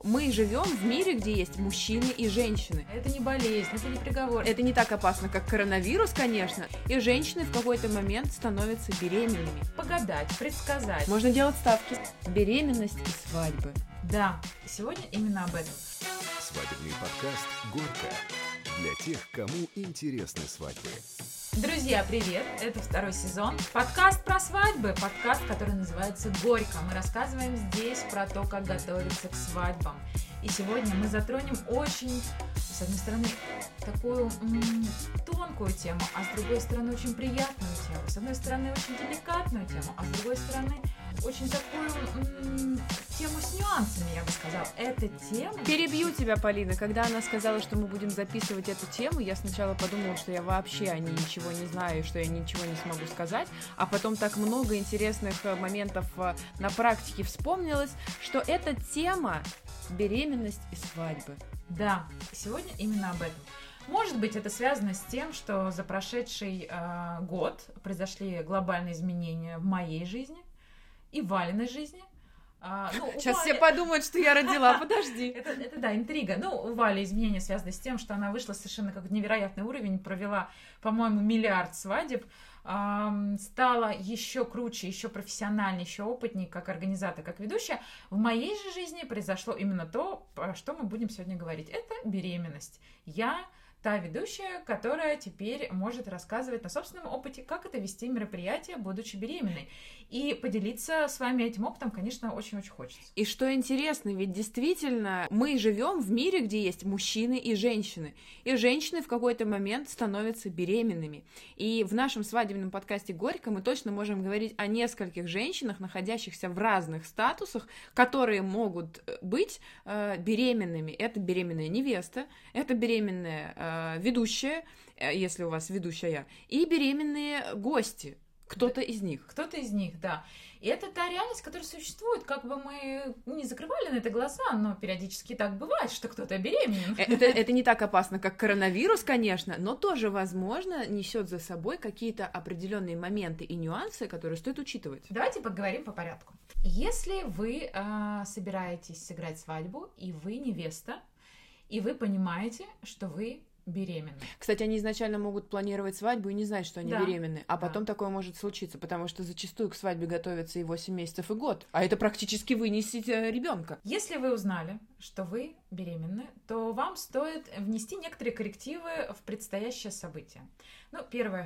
Мы живем в мире, где есть мужчины и женщины. Это не болезнь, это не приговор. Это не так опасно, как коронавирус, конечно. И женщины в какой-то момент становятся беременными. Погадать, предсказать. Можно делать ставки. Беременность и свадьбы. Да, сегодня именно об этом. Свадебный подкаст «Горько» для тех, кому интересны свадьбы. Друзья, привет! Это второй сезон. Подкаст про свадьбы. Подкаст, который называется «Горько». Мы рассказываем здесь про то, как готовиться к свадьбам. И сегодня мы затронем очень, с одной стороны, такую тонкую тему, а с другой стороны, очень приятную тему. С одной стороны, очень деликатную тему, а с другой стороны, очень такую тему с нюансами, я бы сказала. Эта тема... Перебью тебя, Полина. Когда она сказала, что мы будем записывать эту тему, я сначала подумала, что я вообще о ней ничего не знаю, и что я ничего не смогу сказать, а потом так много интересных моментов на практике вспомнилось, что эта тема беременность и свадьбы. Да, сегодня именно об этом. Может быть, это связано с тем, что за прошедший год произошли глобальные изменения в моей жизни и в Валиной жизни. Сейчас все подумают, что я родила, подожди. Это да, интрига. У Вали изменения связаны с тем, что она вышла совершенно как невероятный уровень, провела, по-моему, 1 миллиард свадеб, стала еще круче, еще профессиональнее, еще опытнее как организатор, как ведущая. В моей же жизни произошло именно то, про что мы будем сегодня говорить. Это беременность. Я та ведущая, которая теперь может рассказывать на собственном опыте, как это вести мероприятие, будучи беременной. И поделиться с вами этим опытом, конечно, очень-очень хочется. И что интересно, ведь действительно мы живем в мире, где есть мужчины и женщины. И женщины в какой-то момент становятся беременными. И в нашем свадебном подкасте «Горько» мы точно можем говорить о нескольких женщинах, находящихся в разных статусах, которые могут быть беременными. Это беременная невеста, это беременная ведущая, если у вас ведущая, и беременные гости. Кто-то из них. Кто-то из них, да. И это та реальность, которая существует. Как бы мы не закрывали на это глаза, но периодически так бывает, что кто-то беременен. Это не так опасно, как коронавирус, конечно, но тоже, возможно, несет за собой какие-то определенные моменты и нюансы, которые стоит учитывать. Давайте поговорим по порядку. Если вы собираетесь сыграть свадьбу, и вы невеста, и вы понимаете, что вы беременны. Кстати, они изначально могут планировать свадьбу и не знать, что они беременны, а потом такое может случиться, потому что зачастую к свадьбе готовятся и 8 месяцев, и год, а это практически вынесить ребенка. Если вы узнали, что вы беременны, то вам стоит внести некоторые коррективы в предстоящее событие. Первое,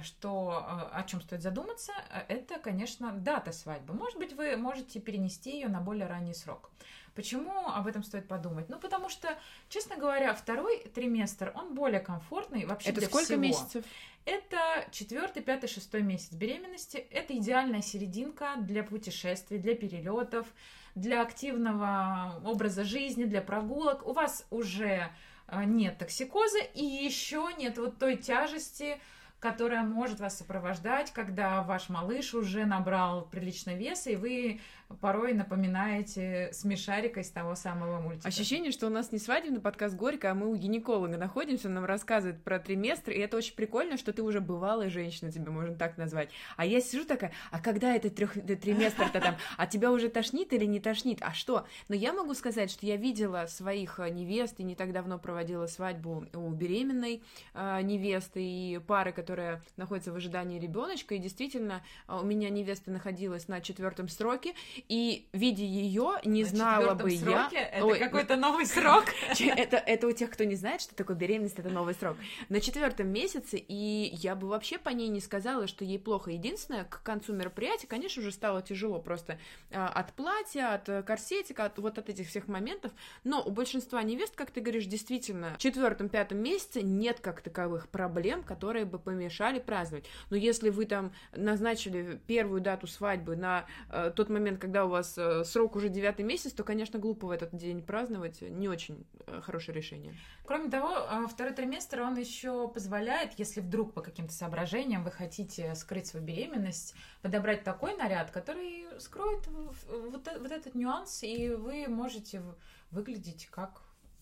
о чем стоит задуматься, это, конечно, дата свадьбы. Может быть, вы можете перенести ее на более ранний срок. Почему об этом стоит подумать? Потому что, честно говоря, второй триместр, он более комфортный вообще для всего. Это сколько месяцев? Это 4, 5, 6 месяц беременности. Это идеальная серединка для путешествий, для перелетов, для активного образа жизни, для прогулок. У вас уже нет токсикоза и еще нет вот той тяжести, которая может вас сопровождать, когда ваш малыш уже набрал прилично веса, и вы порой напоминаете смешарика из того самого мультика. Ощущение, что у нас не свадебный подкаст «Горько», а мы у гинеколога находимся, он нам рассказывает про триместр, и это очень прикольно, что ты уже бывалая женщина, тебя можно так назвать. А я сижу такая, а когда этот триместр-то там? А тебя уже тошнит или не тошнит? А что? Но я могу сказать, что я видела своих невест, и не так давно проводила свадьбу у беременной невесты и пары, которая находится в ожидании ребеночка, и действительно у меня невеста находилась на 4-м сроке, и видя ее, не знала бы я... Это какой-то новый срок? Это у тех, кто не знает, что такое беременность, это новый срок. На 4-м месяце, и я бы вообще по ней не сказала, что ей плохо. Единственное, к концу мероприятия, конечно, уже стало тяжело просто от платья, от корсетика, от этих всех моментов, но у большинства невест, как ты говоришь, действительно, в 4-5 месяце нет как таковых проблем, которые бы помешали праздновать. Но если вы там назначили первую дату свадьбы на тот момент, когда у вас срок уже 9-й месяц, то, конечно, глупо в этот день праздновать. Не очень хорошее решение. Кроме того, второй триместр, он еще позволяет, если вдруг по каким-то соображениям вы хотите скрыть свою беременность, подобрать такой наряд, который скроет вот этот нюанс, и вы можете выглядеть как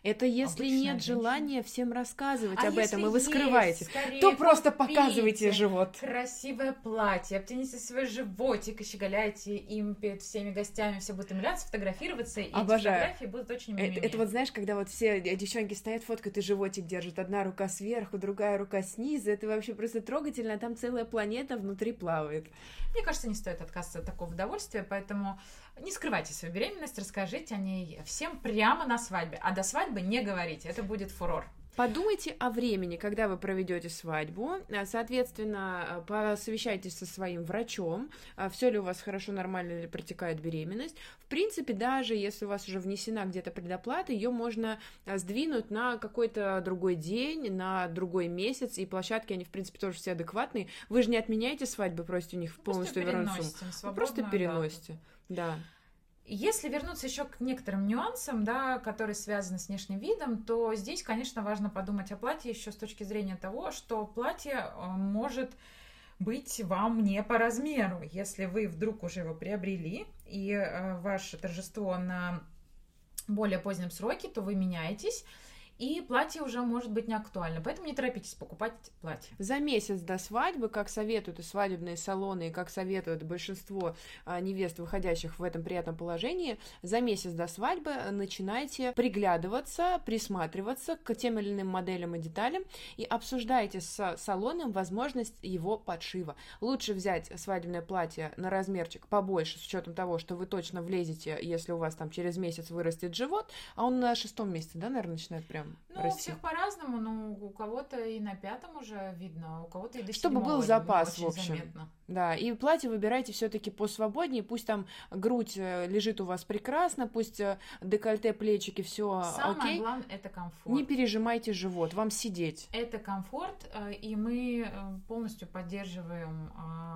Это если Обычная нет женщина. желания всем рассказывать А об этом, если и вы есть, скрываете, скорее то просто купите показывайте живот. красивое платье, обтяните свой животик и щеголяйте им перед всеми гостями, все будут умиляться, фотографироваться, и эти Обожаю. фотографии будут очень мимими. Это вот знаешь, когда вот все девчонки стоят, фоткают и животик держат, одна рука сверху, другая рука снизу, это вообще просто трогательно, а там целая планета внутри плавает. Мне кажется, не стоит отказываться от такого удовольствия, поэтому не скрывайте свою беременность, расскажите о ней всем прямо на свадьбе, а до свадьбы не говорите, это будет фурор. Подумайте о времени, когда вы проведете свадьбу, соответственно, посовещайтесь со своим врачом, все ли у вас хорошо, нормально ли протекает беременность. В принципе, даже если у вас уже внесена где-то предоплата, ее можно сдвинуть на какой-то другой день, на другой месяц, и площадки, они, в принципе, тоже все адекватные. Вы же не отменяете свадьбу, просите у них полностью вернуть сумму. Вы просто переносите, да. Если вернуться еще к некоторым нюансам, да, которые связаны с внешним видом, то здесь, конечно, важно подумать о платье еще с точки зрения того, что платье может быть вам не по размеру. Если вы вдруг уже его приобрели, и ваше торжество на более позднем сроке, то вы меняетесь, и платье уже может быть не актуально. Поэтому не торопитесь покупать платье. За месяц до свадьбы, как советуют и свадебные салоны, и как советуют большинство невест, выходящих в этом приятном положении, за месяц до свадьбы начинайте приглядываться, присматриваться к тем или иным моделям и деталям и обсуждайте с салоном возможность его подшива. Лучше взять свадебное платье на размерчик побольше, с учетом того, что вы точно влезете, если у вас там через месяц вырастет живот, а он на 6 месяце, да, наверное, начинает прям Ну, расти. у всех по-разному, но у кого-то и на 5 уже видно, у кого-то и до 7. Чтобы был запас, очень в общем. заметно. Да, и платье выбирайте все-таки посвободнее, пусть там грудь лежит у вас прекрасно, пусть декольте, плечики, все Самое окей. главное — это комфорт. Не пережимайте живот, вам сидеть. Это комфорт, и мы полностью поддерживаем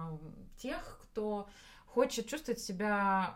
тех, кто хочет чувствовать себя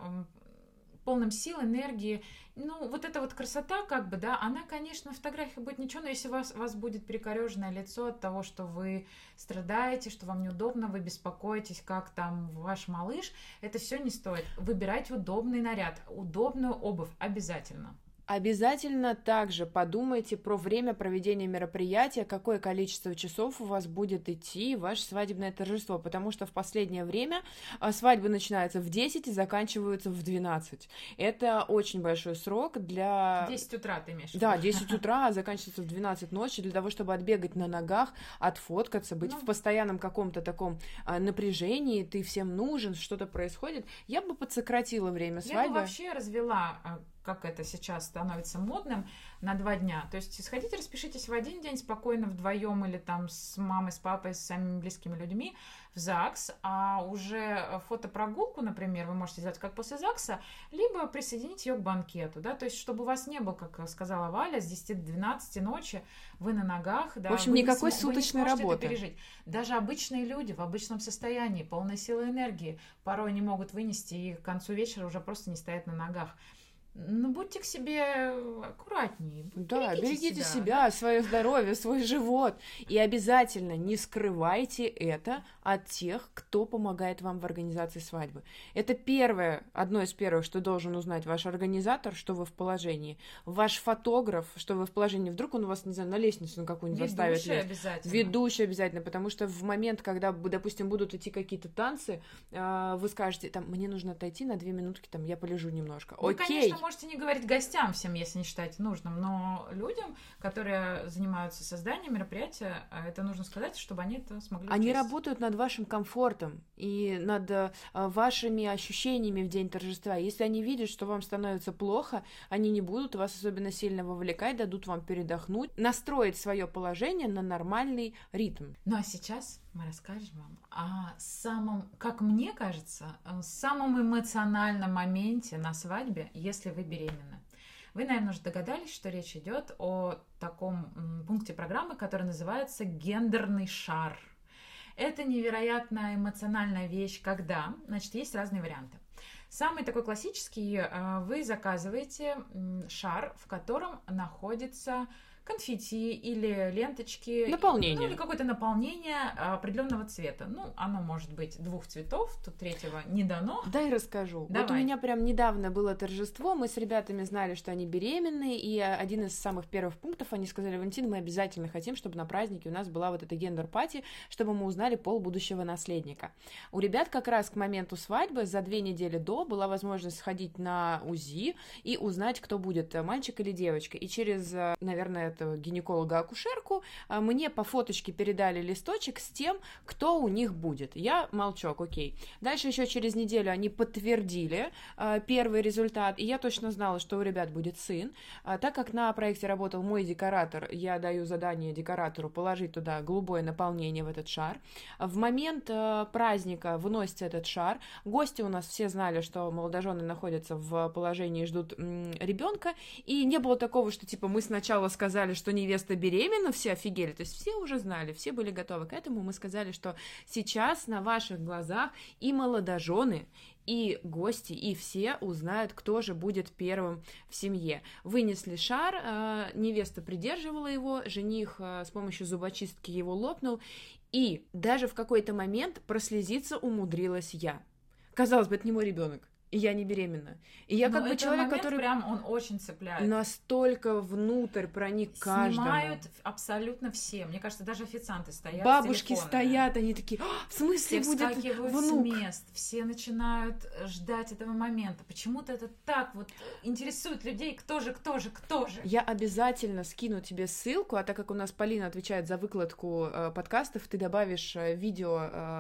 полным сил, энергии. Ну, вот эта вот красота, как бы, да, она, конечно, на фотографии будет ничего, но если у вас будет перекореженное лицо от того, что вы страдаете, что вам неудобно, вы беспокоитесь, как там ваш малыш, это все не стоит. Выбирайте удобный наряд, удобную обувь обязательно. Обязательно также подумайте про время проведения мероприятия, какое количество часов у вас будет идти ваше свадебное торжество, потому что в последнее время свадьбы начинаются в 10 и заканчиваются в 12. Это очень большой срок для... 10 утра ты имеешь в виду? Да, 10 утра, а заканчивается в 12 ночи, для того, чтобы отбегать на ногах, отфоткаться, быть в постоянном каком-то таком напряжении, ты всем нужен, что-то происходит. Я бы подсократила время свадьбы. Я бы вообще развела, как это сейчас становится модным, на 2 дня. То есть сходите, распишитесь в один день спокойно вдвоем или там с мамой, с папой, с самыми близкими людьми в ЗАГС, а уже фотопрогулку, например, вы можете сделать как после ЗАГСа, либо присоединить ее к банкету, да, то есть чтобы у вас не было, как сказала Валя, с 10 до 12 ночи вы на ногах, да, в общем, никакой суточной работы. Это пережить. Даже обычные люди в обычном состоянии, полной силы энергии, порой не могут вынести и к концу вечера уже просто не стоят на ногах. Ну, будьте к себе аккуратнее. Да, берегите себя, свое здоровье, свой живот. И обязательно не скрывайте это от тех, кто помогает вам в организации свадьбы. Это первое, одно из первых, что должен узнать ваш организатор, что вы в положении. Ваш фотограф, что вы в положении. Вдруг он у вас, не знаю, на лестницу на какую-нибудь заставит. Ведущий обязательно. Ведущий обязательно, потому что в момент, когда, допустим, будут идти какие-то танцы, вы скажете, там, мне нужно отойти на 2 минутки, там, я полежу немножко. Вы, окей. конечно, можете не говорить гостям всем, если не считаете нужным, но людям, которые занимаются созданием мероприятия, это нужно сказать, чтобы они это смогли Они учесть. работают над вашим комфортом и над вашими ощущениями в день торжества. Если они видят, что вам становится плохо, они не будут вас особенно сильно вовлекать, дадут вам передохнуть, настроить свое положение на нормальный ритм. Ну а сейчас мы расскажем вам о самом, как мне кажется, самом эмоциональном моменте на свадьбе, если вы беременны. Вы, наверное, уже догадались, что речь идет о таком пункте программы, который называется «Гендерный шар». Это невероятно эмоциональная вещь, когда, значит, есть разные варианты. Самый такой классический, вы заказываете шар, в котором находится конфетти или ленточки. Наполнение. Ну, или какое-то наполнение определенного цвета. Ну, оно может быть 2 цветов, тут 3-го не дано. Дай расскажу. Давай. Вот у меня прям недавно было торжество, мы с ребятами знали, что они беременны, и один из самых первых пунктов, они сказали: Валентина, мы обязательно хотим, чтобы на празднике у нас была вот эта гендер-пати, чтобы мы узнали пол будущего наследника. У ребят как раз к моменту свадьбы за 2 недели до была возможность сходить на УЗИ и узнать, кто будет, мальчик или девочка. И через, наверное, этого гинеколога-акушерку мне по фоточке передали листочек с тем, кто у них будет. Я молчок, окей. Дальше еще через неделю они подтвердили первый результат, и я точно знала, что у ребят будет сын. Так как на проекте работал мой декоратор, я даю задание декоратору положить туда голубое наполнение в этот шар. В момент праздника выносится этот шар. Гости у нас все знали, что молодожены находятся в положении и ждут ребенка, и не было такого, что типа мы сначала сказали, что невеста беременна, все офигели, то есть все уже знали, все были готовы к этому. Мы сказали, что сейчас на ваших глазах и молодожены, и гости, и все узнают, кто же будет первым в семье. Вынесли шар, невеста придерживала его, жених с помощью зубочистки его лопнул, и даже в какой-то момент прослезиться умудрилась я. Казалось бы, это не мой ребенок. И я не беременна. И я как бы человек, который прям он очень цепляет. Настолько внутрь проник каждому. Снимают абсолютно все. Мне кажется, даже официанты стоят. Бабушки стоят, они такие: в смысле все будет внук? С мест, все начинают ждать этого момента. Почему-то это так вот интересует людей, кто же. Я обязательно скину тебе ссылку, а так как у нас Полина отвечает за выкладку подкастов, ты добавишь видео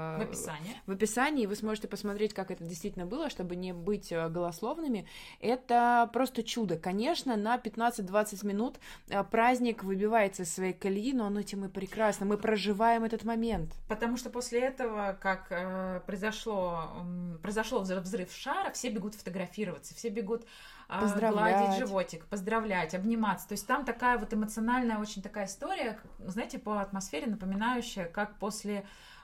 в описании, и вы сможете посмотреть, как это действительно было, чтобы не быть голословными. Это просто чудо. Конечно, на 15-20 минут праздник выбивается из своей колеи, но оно тем и прекрасно. Мы проживаем этот момент. Потому что после этого, как произошел взрыв шара, все бегут фотографироваться, все бегут гладить животик, поздравлять, обниматься. То есть там такая вот эмоциональная очень такая история, знаете, по атмосфере напоминающая, как после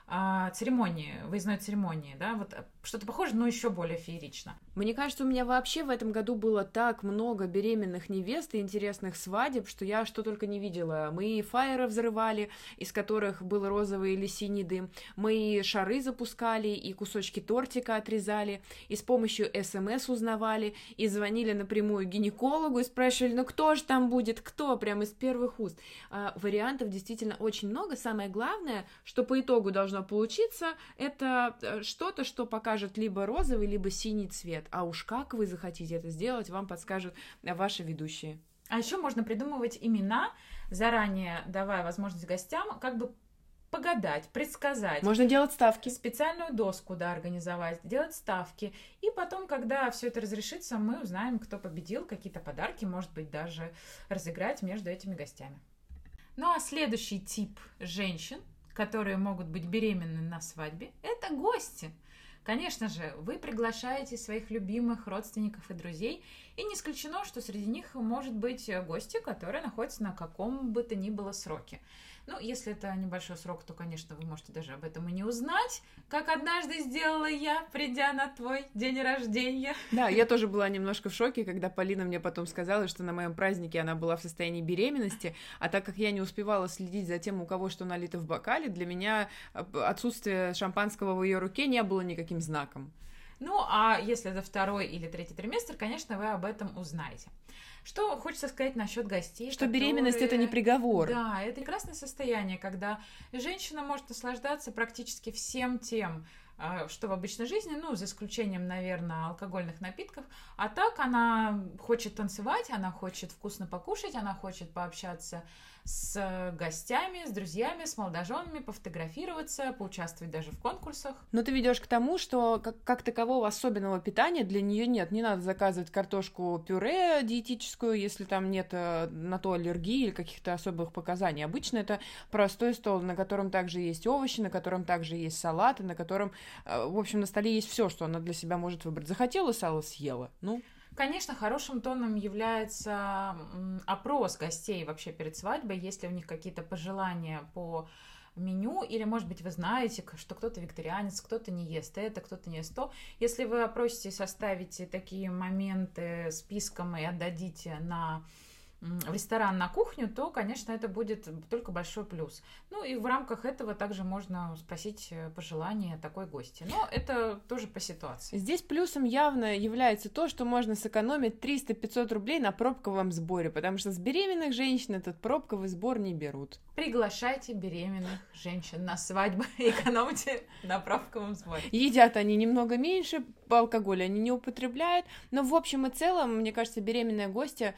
выездной церемонии, да, вот что-то похожее, но еще более феерично. Мне кажется, у меня вообще в этом году было так много беременных невест и интересных свадеб, что я что только не видела. Мы и фаеры взрывали, из которых был розовый или синий дым, мы и шары запускали, и кусочки тортика отрезали, и с помощью СМС узнавали, и звонили напрямую гинекологу и спрашивали: ну кто же там будет, кто, прямо из первых уст. Вариантов действительно очень много. Самое главное, что по итогу должно получиться, это что-то, что покажет либо розовый, либо синий цвет. А уж как вы захотите это сделать, вам подскажут ваши ведущие. А еще можно придумывать имена, заранее давая возможность гостям как бы погадать, предсказать. Можно делать ставки. Специальную доску, да, организовать, делать ставки. И потом, когда все это разрешится, мы узнаем, кто победил, какие-то подарки, может быть, даже разыграть между этими гостями. Ну а следующий тип женщин, которые могут быть беременны на свадьбе, это гости. Конечно же, вы приглашаете своих любимых родственников и друзей, и не исключено, что среди них может быть гости, которые находятся на каком бы то ни было сроке. Ну, если это небольшой срок, то, конечно, вы можете даже об этом и не узнать, как однажды сделала я, придя на твой день рождения. Да, я тоже была немножко в шоке, когда Полина мне потом сказала, что на моем празднике она была в состоянии беременности, а так как я не успевала следить за тем, у кого что налито в бокале, для меня отсутствие шампанского в ее руке не было никаким знаком. Ну, а если это 2-й или 3-й триместр, конечно, вы об этом узнаете. Что хочется сказать насчет гостей? Что беременность — это не приговор. Да, это прекрасное состояние, когда женщина может наслаждаться практически всем тем, что в обычной жизни, ну, за исключением, наверное, алкогольных напитков. А так она хочет танцевать, она хочет вкусно покушать, она хочет пообщаться с гостями, с друзьями, с молодоженами, пофотографироваться, поучаствовать даже в конкурсах. Но ты ведешь к тому, что как такового особенного питания для нее нет. Не надо заказывать картошку-пюре диетическую, если там нет на то аллергии или каких-то особых показаний. Обычно это простой стол, на котором также есть овощи, на котором также есть салаты, на котором, в общем, на столе есть все, что она для себя может выбрать. Захотела сало — съела. Ну... Конечно, хорошим тоном является опрос гостей вообще перед свадьбой, если у них какие-то пожелания по меню, или, может быть, вы знаете, что кто-то вегетарианец, кто-то не ест это, кто-то не ест то. Если вы опросите, составите такие моменты списком и отдадите на в ресторан на кухню, то, конечно, это будет только большой плюс. Ну и в рамках этого также можно спросить пожелания такой гости. Но это тоже по ситуации. Здесь плюсом явно является то, что можно сэкономить 300-500 рублей на пробковом сборе, потому что с беременных женщин этот пробковый сбор не берут. Приглашайте беременных женщин на свадьбы и экономьте на пробковом сборе. Едят они немного меньше, алкоголь они не употребляют, но в общем и целом, мне кажется, беременная гостья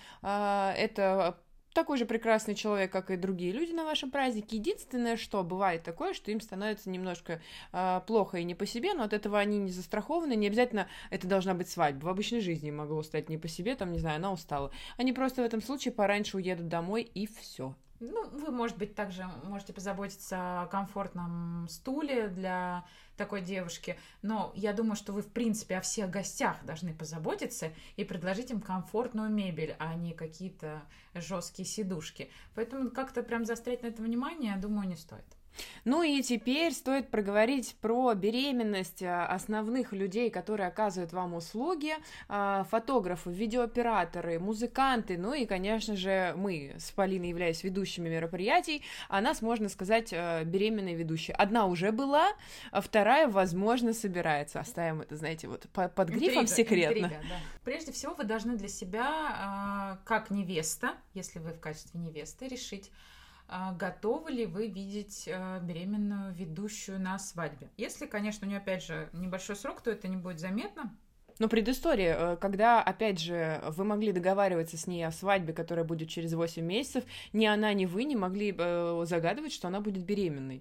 это такой же прекрасный человек, как и другие люди на вашем празднике. Единственное, что бывает такое, что им становится немножко плохо и не по себе, но от этого они не застрахованы, не обязательно это должна быть свадьба. В обычной жизни могло стать не по себе, там, не знаю, она устала. Они просто в этом случае пораньше уедут домой, и все. Ну, вы, может быть, также можете позаботиться о комфортном стуле для такой девушки, но я думаю, что вы, в принципе, о всех гостях должны позаботиться и предложить им комфортную мебель, а не какие-то жесткие сидушки. Поэтому как-то прям заострять на это внимание, я думаю, не стоит. Ну и теперь стоит проговорить про беременность основных людей, которые оказывают вам услуги, фотографы, видеооператоры, музыканты, ну и, конечно же, мы с Полиной, являясь ведущими мероприятий, о нас, можно сказать, беременные ведущие. Одна уже была, а вторая, возможно, собирается. Оставим это, знаете, вот под грифом секретно. Интрига, да. Прежде всего, вы должны для себя, как невеста, если вы в качестве невесты, решить, готовы ли вы видеть беременную ведущую на свадьбе. Если, конечно, у нее, опять же, небольшой срок, то это не будет заметно. Но предыстория, когда, опять же, вы могли договариваться с ней о свадьбе, которая будет через 8 месяцев, ни она, ни вы не могли загадывать, что она будет беременной.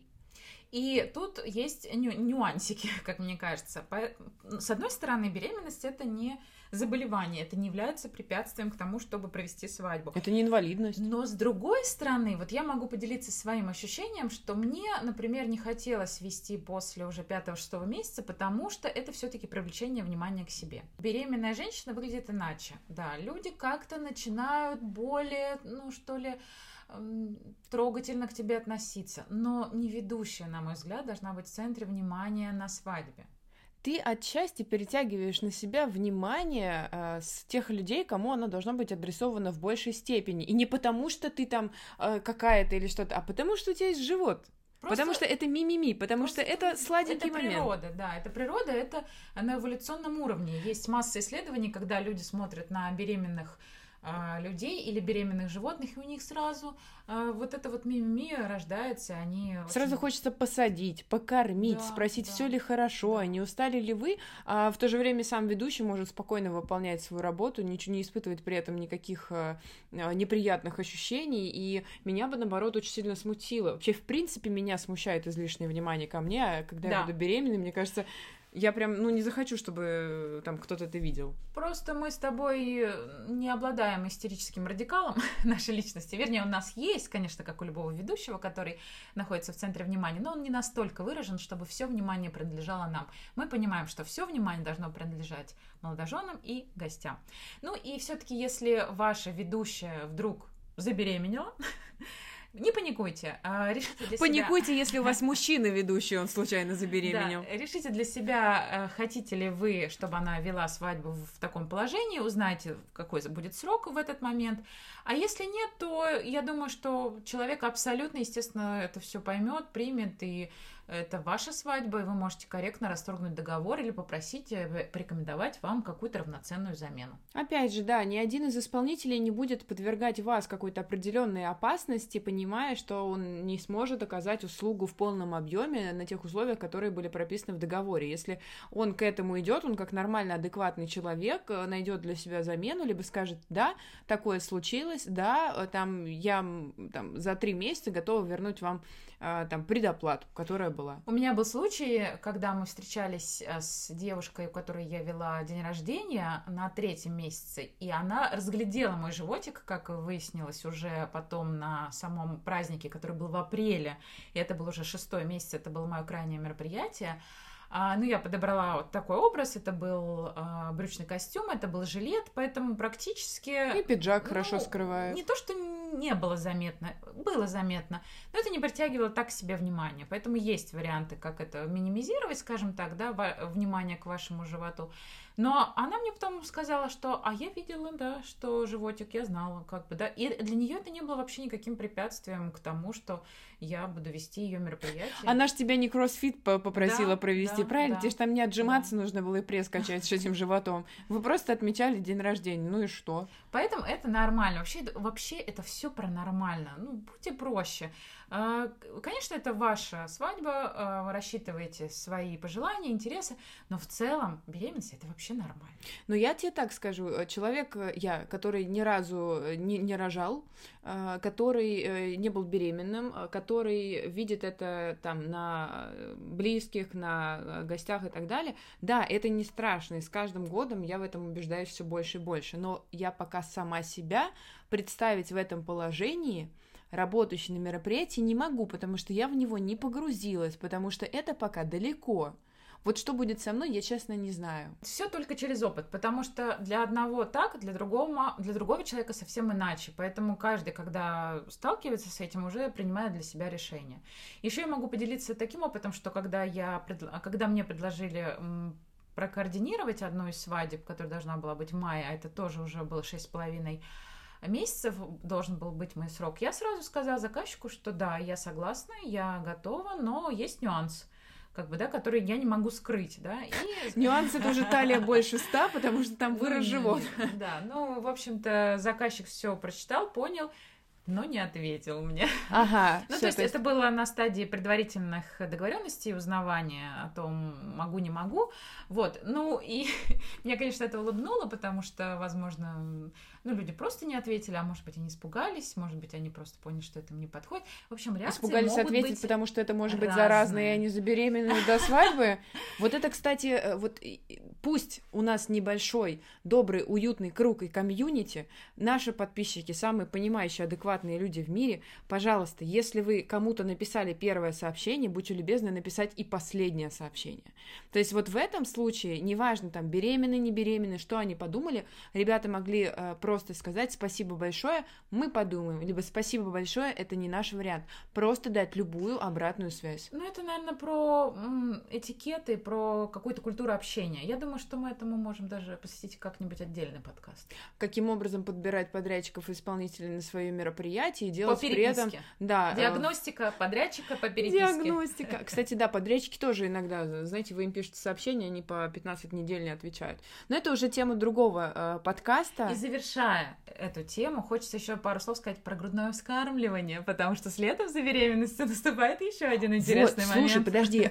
И тут есть нюансики, как мне кажется. С одной стороны, беременность – это не заболевание, это не является препятствием к тому, чтобы провести свадьбу. Это не инвалидность. Но с другой стороны, вот я могу поделиться своим ощущением, что мне, например, не хотелось вести после уже 5-6 месяца, потому что это все-таки привлечение внимания к себе. Беременная женщина выглядит иначе. Да, люди как-то начинают более, трогательно к тебе относиться, но не ведущая, на мой взгляд, должна быть в центре внимания на свадьбе. Ты отчасти перетягиваешь на себя внимание с тех людей, кому оно должно быть адресовано в большей степени. И не потому, что ты там какая-то или что-то, а потому, что у тебя есть живот. Потому что это мимими, потому что это сладенький момент. Это природа, да, это природа, это на эволюционном уровне. Есть масса исследований, когда люди смотрят на беременных людей или беременных животных, и у них сразу вот это вот мимими рождается, они... Сразу хочется посадить, покормить, спросить, все ли хорошо, не устали ли вы, а в то же время сам ведущий может спокойно выполнять свою работу, ничего не испытывать при этом никаких неприятных ощущений, и меня бы, наоборот, очень сильно смутило. Вообще, в принципе, меня смущает излишнее внимание ко мне, а когда я буду беременной, мне кажется... Я прям, не захочу, чтобы там кто-то это видел. Просто мы с тобой не обладаем истерическим радикалом нашей личности. Вернее, у нас есть, конечно, как у любого ведущего, который находится в центре внимания, но он не настолько выражен, чтобы все внимание принадлежало нам. Мы понимаем, что все внимание должно принадлежать молодоженам и гостям. Ну и все-таки, если ваша ведущая вдруг забеременела, не паникуйте, решите для себя... Паникуйте, если у вас мужчина ведущий, он случайно забеременел. Да, решите для себя, хотите ли вы, чтобы она вела свадьбу в таком положении, узнайте, какой будет срок в этот момент. А если нет, то я думаю, что человек абсолютно, естественно, это все поймет, примет, и это ваша свадьба, и вы можете корректно расторгнуть договор или попросить порекомендовать вам какую-то равноценную замену. Опять же, да, ни один из исполнителей не будет подвергать вас какой-то определенной опасности, понимая, что он не сможет оказать услугу в полном объеме на тех условиях, которые были прописаны в договоре. Если он к этому идет, он как нормальный, адекватный человек найдет для себя замену, либо скажет: да, такое случилось, да, я за 3 месяца готова вернуть вам предоплату, которая была. У меня был случай, когда мы встречались с девушкой, у которой я вела день рождения на 3-м месяце, и она разглядела мой животик, как выяснилось уже потом на самом празднике, который был в апреле, и это был уже 6-й месяц, это было мое крайнее мероприятие. Я подобрала вот такой образ, это был брючный костюм, это был жилет, поэтому практически... И пиджак хорошо скрывает. Не то, что не было заметно. было заметно, но это не притягивало так к себе внимание. Поэтому есть варианты, как это минимизировать, скажем так, да, внимание к вашему животу. Но она мне потом сказала, что, а я видела, да, что животик, я знала, как бы, да, и для нее это не было вообще никаким препятствием к тому, что я буду вести ее мероприятие. Она ж тебя не кроссфит попросила провести, правильно? Да. Тебе ж там не отжиматься нужно было и пресс качать с этим животом. Вы просто отмечали день рождения, ну и что? Поэтому это нормально. Вообще это все про нормально. Ну, будьте проще. Конечно, это ваша свадьба, вы рассчитываете свои пожелания, интересы, но в целом беременность это вообще нормально. Но я тебе так скажу, человек, который ни разу не рожал, который не был беременным, который видит это там на близких, на гостях и так далее, да, это не страшно, и с каждым годом я в этом убеждаюсь все больше и больше, но я пока сама себя представить в этом положении, работающей на мероприятии, не могу, потому что я в него не погрузилась, потому что это пока далеко. Вот что будет со мной, я честно не знаю. Все только через опыт, потому что для одного так, для другого человека совсем иначе. Поэтому каждый, когда сталкивается с этим, уже принимает для себя решение. Еще я могу поделиться таким опытом, что когда мне предложили прокоординировать одну из свадеб, которая должна была быть в мае, а это тоже уже было 6,5 месяцев должен был быть мой срок, я сразу сказала заказчику, что да, я согласна, я готова, но есть нюанс, как бы, да, который я не могу скрыть, да. Нюанс — это уже талия больше 100, потому что там вырос живот. Да, ну, в общем-то, заказчик все прочитал, понял, но не ответил мне. Ага. Ну, то есть это было на стадии предварительных договоренностей, узнавания о том, могу, не могу. Вот. Ну, и меня, конечно, это улыбнуло, потому что, возможно, люди просто не ответили, а может быть, они испугались, может быть, они просто поняли, что это им не подходит. В общем, реакции испугались могут ответить, быть потому что это может быть разные. заразно, и они забеременеют до свадьбы. Вот это, кстати, вот пусть у нас небольшой, добрый, уютный круг и комьюнити, наши подписчики, самые понимающие, адекватные люди в мире, пожалуйста, если вы кому-то написали первое сообщение, будьте любезны написать и последнее сообщение. То есть вот в этом случае, неважно, там, беременны, не беременны, что они подумали, ребята могли просто сказать спасибо большое, мы подумаем, либо спасибо большое, это не наш вариант, просто дать любую обратную связь. Ну, это, наверное, про этикеты, про какую-то культуру общения. Я думаю, что мы этому можем даже посвятить как-нибудь отдельный подкаст. Каким образом подбирать подрядчиков и исполнителей на свое мероприятие и делать по при этом... Да, диагностика подрядчика по переписке. Диагностика. Кстати, да, подрядчики тоже иногда, знаете, вы им пишете сообщения, они по 15 недель не отвечают. Но это уже тема другого подкаста. И завершая эту тему, хочется еще пару слов сказать про грудное вскармливание, потому что следом за беременностью наступает еще один интересный момент. Слушай, подожди,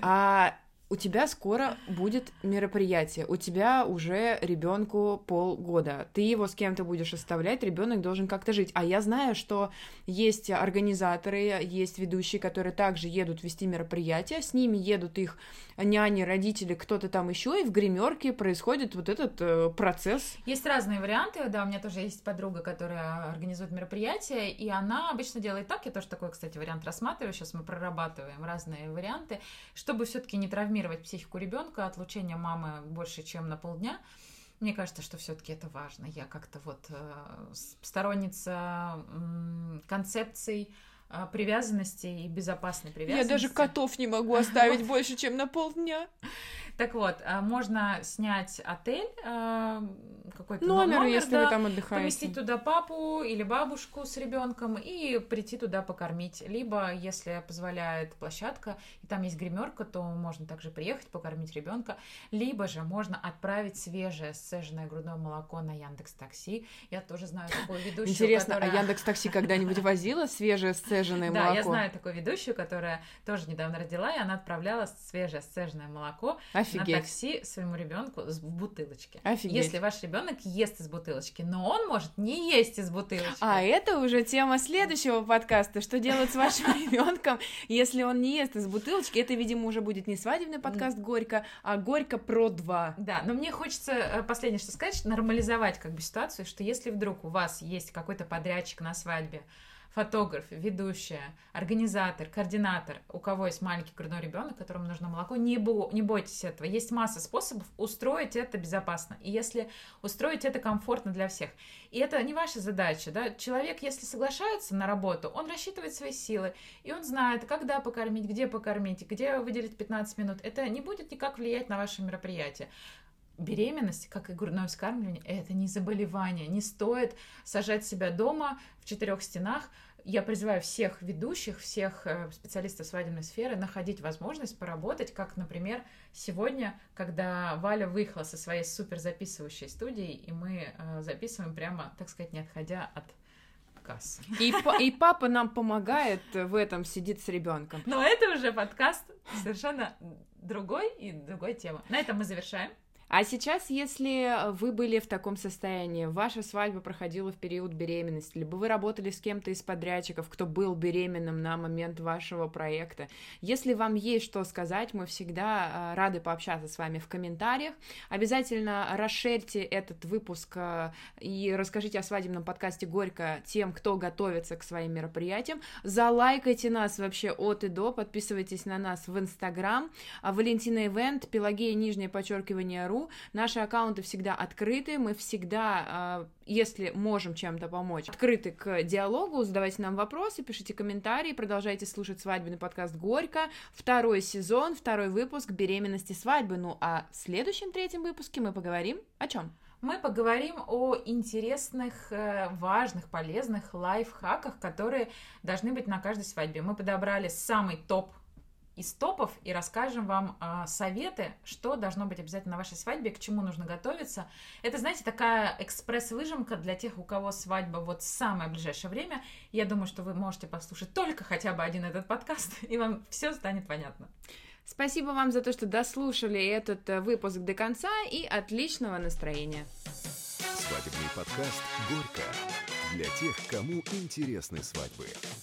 у тебя скоро будет мероприятие, у тебя уже ребенку полгода, ты его с кем-то будешь оставлять, ребенок должен как-то жить. А я знаю, что есть организаторы, есть ведущие, которые также едут вести мероприятия, с ними едут их няни, родители, кто-то там еще, и в гримерке происходит вот этот процесс. Есть разные варианты, да, у меня тоже есть подруга, которая организует мероприятия, и она обычно делает так, я тоже такой, кстати, вариант рассматриваю, сейчас мы прорабатываем разные варианты, чтобы все-таки не травмировать психику ребенка, отлучение мамы больше, чем на полдня. Мне кажется, что все-таки это важно. Я как-то вот сторонница концепций привязанности и безопасной привязанности. Я даже котов не могу оставить больше, чем на полдня. Так вот, можно снять отель, какой-то номер, если вы там отдыхаете. Поместить туда папу или бабушку с ребенком и прийти туда покормить. Либо, если позволяет площадка, и там есть гримерка, то можно также приехать, покормить ребенка. Либо же можно отправить свежее сцеженное грудное молоко на Яндекс.Такси. Я тоже знаю такую ведущую, интересно, а Яндекс.Такси когда-нибудь возила свежее сцеженное молоко? Да, я знаю такую ведущую, которая тоже недавно родила, и она отправляла свежее сцеженное молоко на такси своему ребенку в бутылочке. Офигеть. Если ваш ребенок ест из бутылочки, но он может не есть из бутылочки. А это уже тема следующего подкаста. Что делать с вашим ребенком, если он не ест из бутылочки? Это, видимо, уже будет не свадебный подкаст «Горько», а «Горько про 2». Да, но мне хочется последнее что сказать, нормализовать как бы ситуацию, что если вдруг у вас есть какой-то подрядчик на свадьбе, фотограф, ведущая, организатор, координатор, у кого есть маленький грудной ребенок, которому нужно молоко, не бойтесь этого. Есть масса способов устроить это безопасно. И если устроить это комфортно для всех. И это не ваша задача, да? Человек, если соглашается на работу, он рассчитывает свои силы, и он знает, когда покормить, где выделить 15 минут. Это не будет никак влиять на ваше мероприятие. Беременность, как и грудное вскармливание, это не заболевание. Не стоит сажать себя дома в 4 стенах. Я призываю всех ведущих, всех специалистов свадебной сферы находить возможность поработать, как, например, сегодня, когда Валя выехала со своей суперзаписывающей студией, и мы записываем прямо, так сказать, не отходя от кассы. И папа нам помогает в этом, сидит с ребенком. Но это уже подкаст совершенно другой темы. На этом мы завершаем. А сейчас, если вы были в таком состоянии, ваша свадьба проходила в период беременности, либо вы работали с кем-то из подрядчиков, кто был беременным на момент вашего проекта, если вам есть что сказать, мы всегда рады пообщаться с вами в комментариях. Обязательно расширьте этот выпуск и расскажите о свадебном подкасте «Горько» тем, кто готовится к своим мероприятиям. Залайкайте нас вообще от и до, подписывайтесь на нас в Инстаграм, Валентина Ивент, Пелагея, _ру. Наши аккаунты всегда открыты, мы всегда, если можем чем-то помочь, открыты к диалогу, задавайте нам вопросы, пишите комментарии, продолжайте слушать свадебный подкаст «Горько», 2 сезон, 2 выпуск «Беременности свадьбы». Ну а в следующем 3 выпуске мы поговорим о чем? Мы поговорим о интересных, важных, полезных лайфхаках, которые должны быть на каждой свадьбе. Мы подобрали самый топ из топов и расскажем вам советы, что должно быть обязательно на вашей свадьбе, к чему нужно готовиться. Это, знаете, такая экспресс-выжимка для тех, у кого свадьба вот в самое ближайшее время. Я думаю, что вы можете послушать только хотя бы один этот подкаст, и вам все станет понятно. Спасибо вам за то, что дослушали этот выпуск до конца, и отличного настроения. Свадебный подкаст «Горько» для тех, кому интересны свадьбы.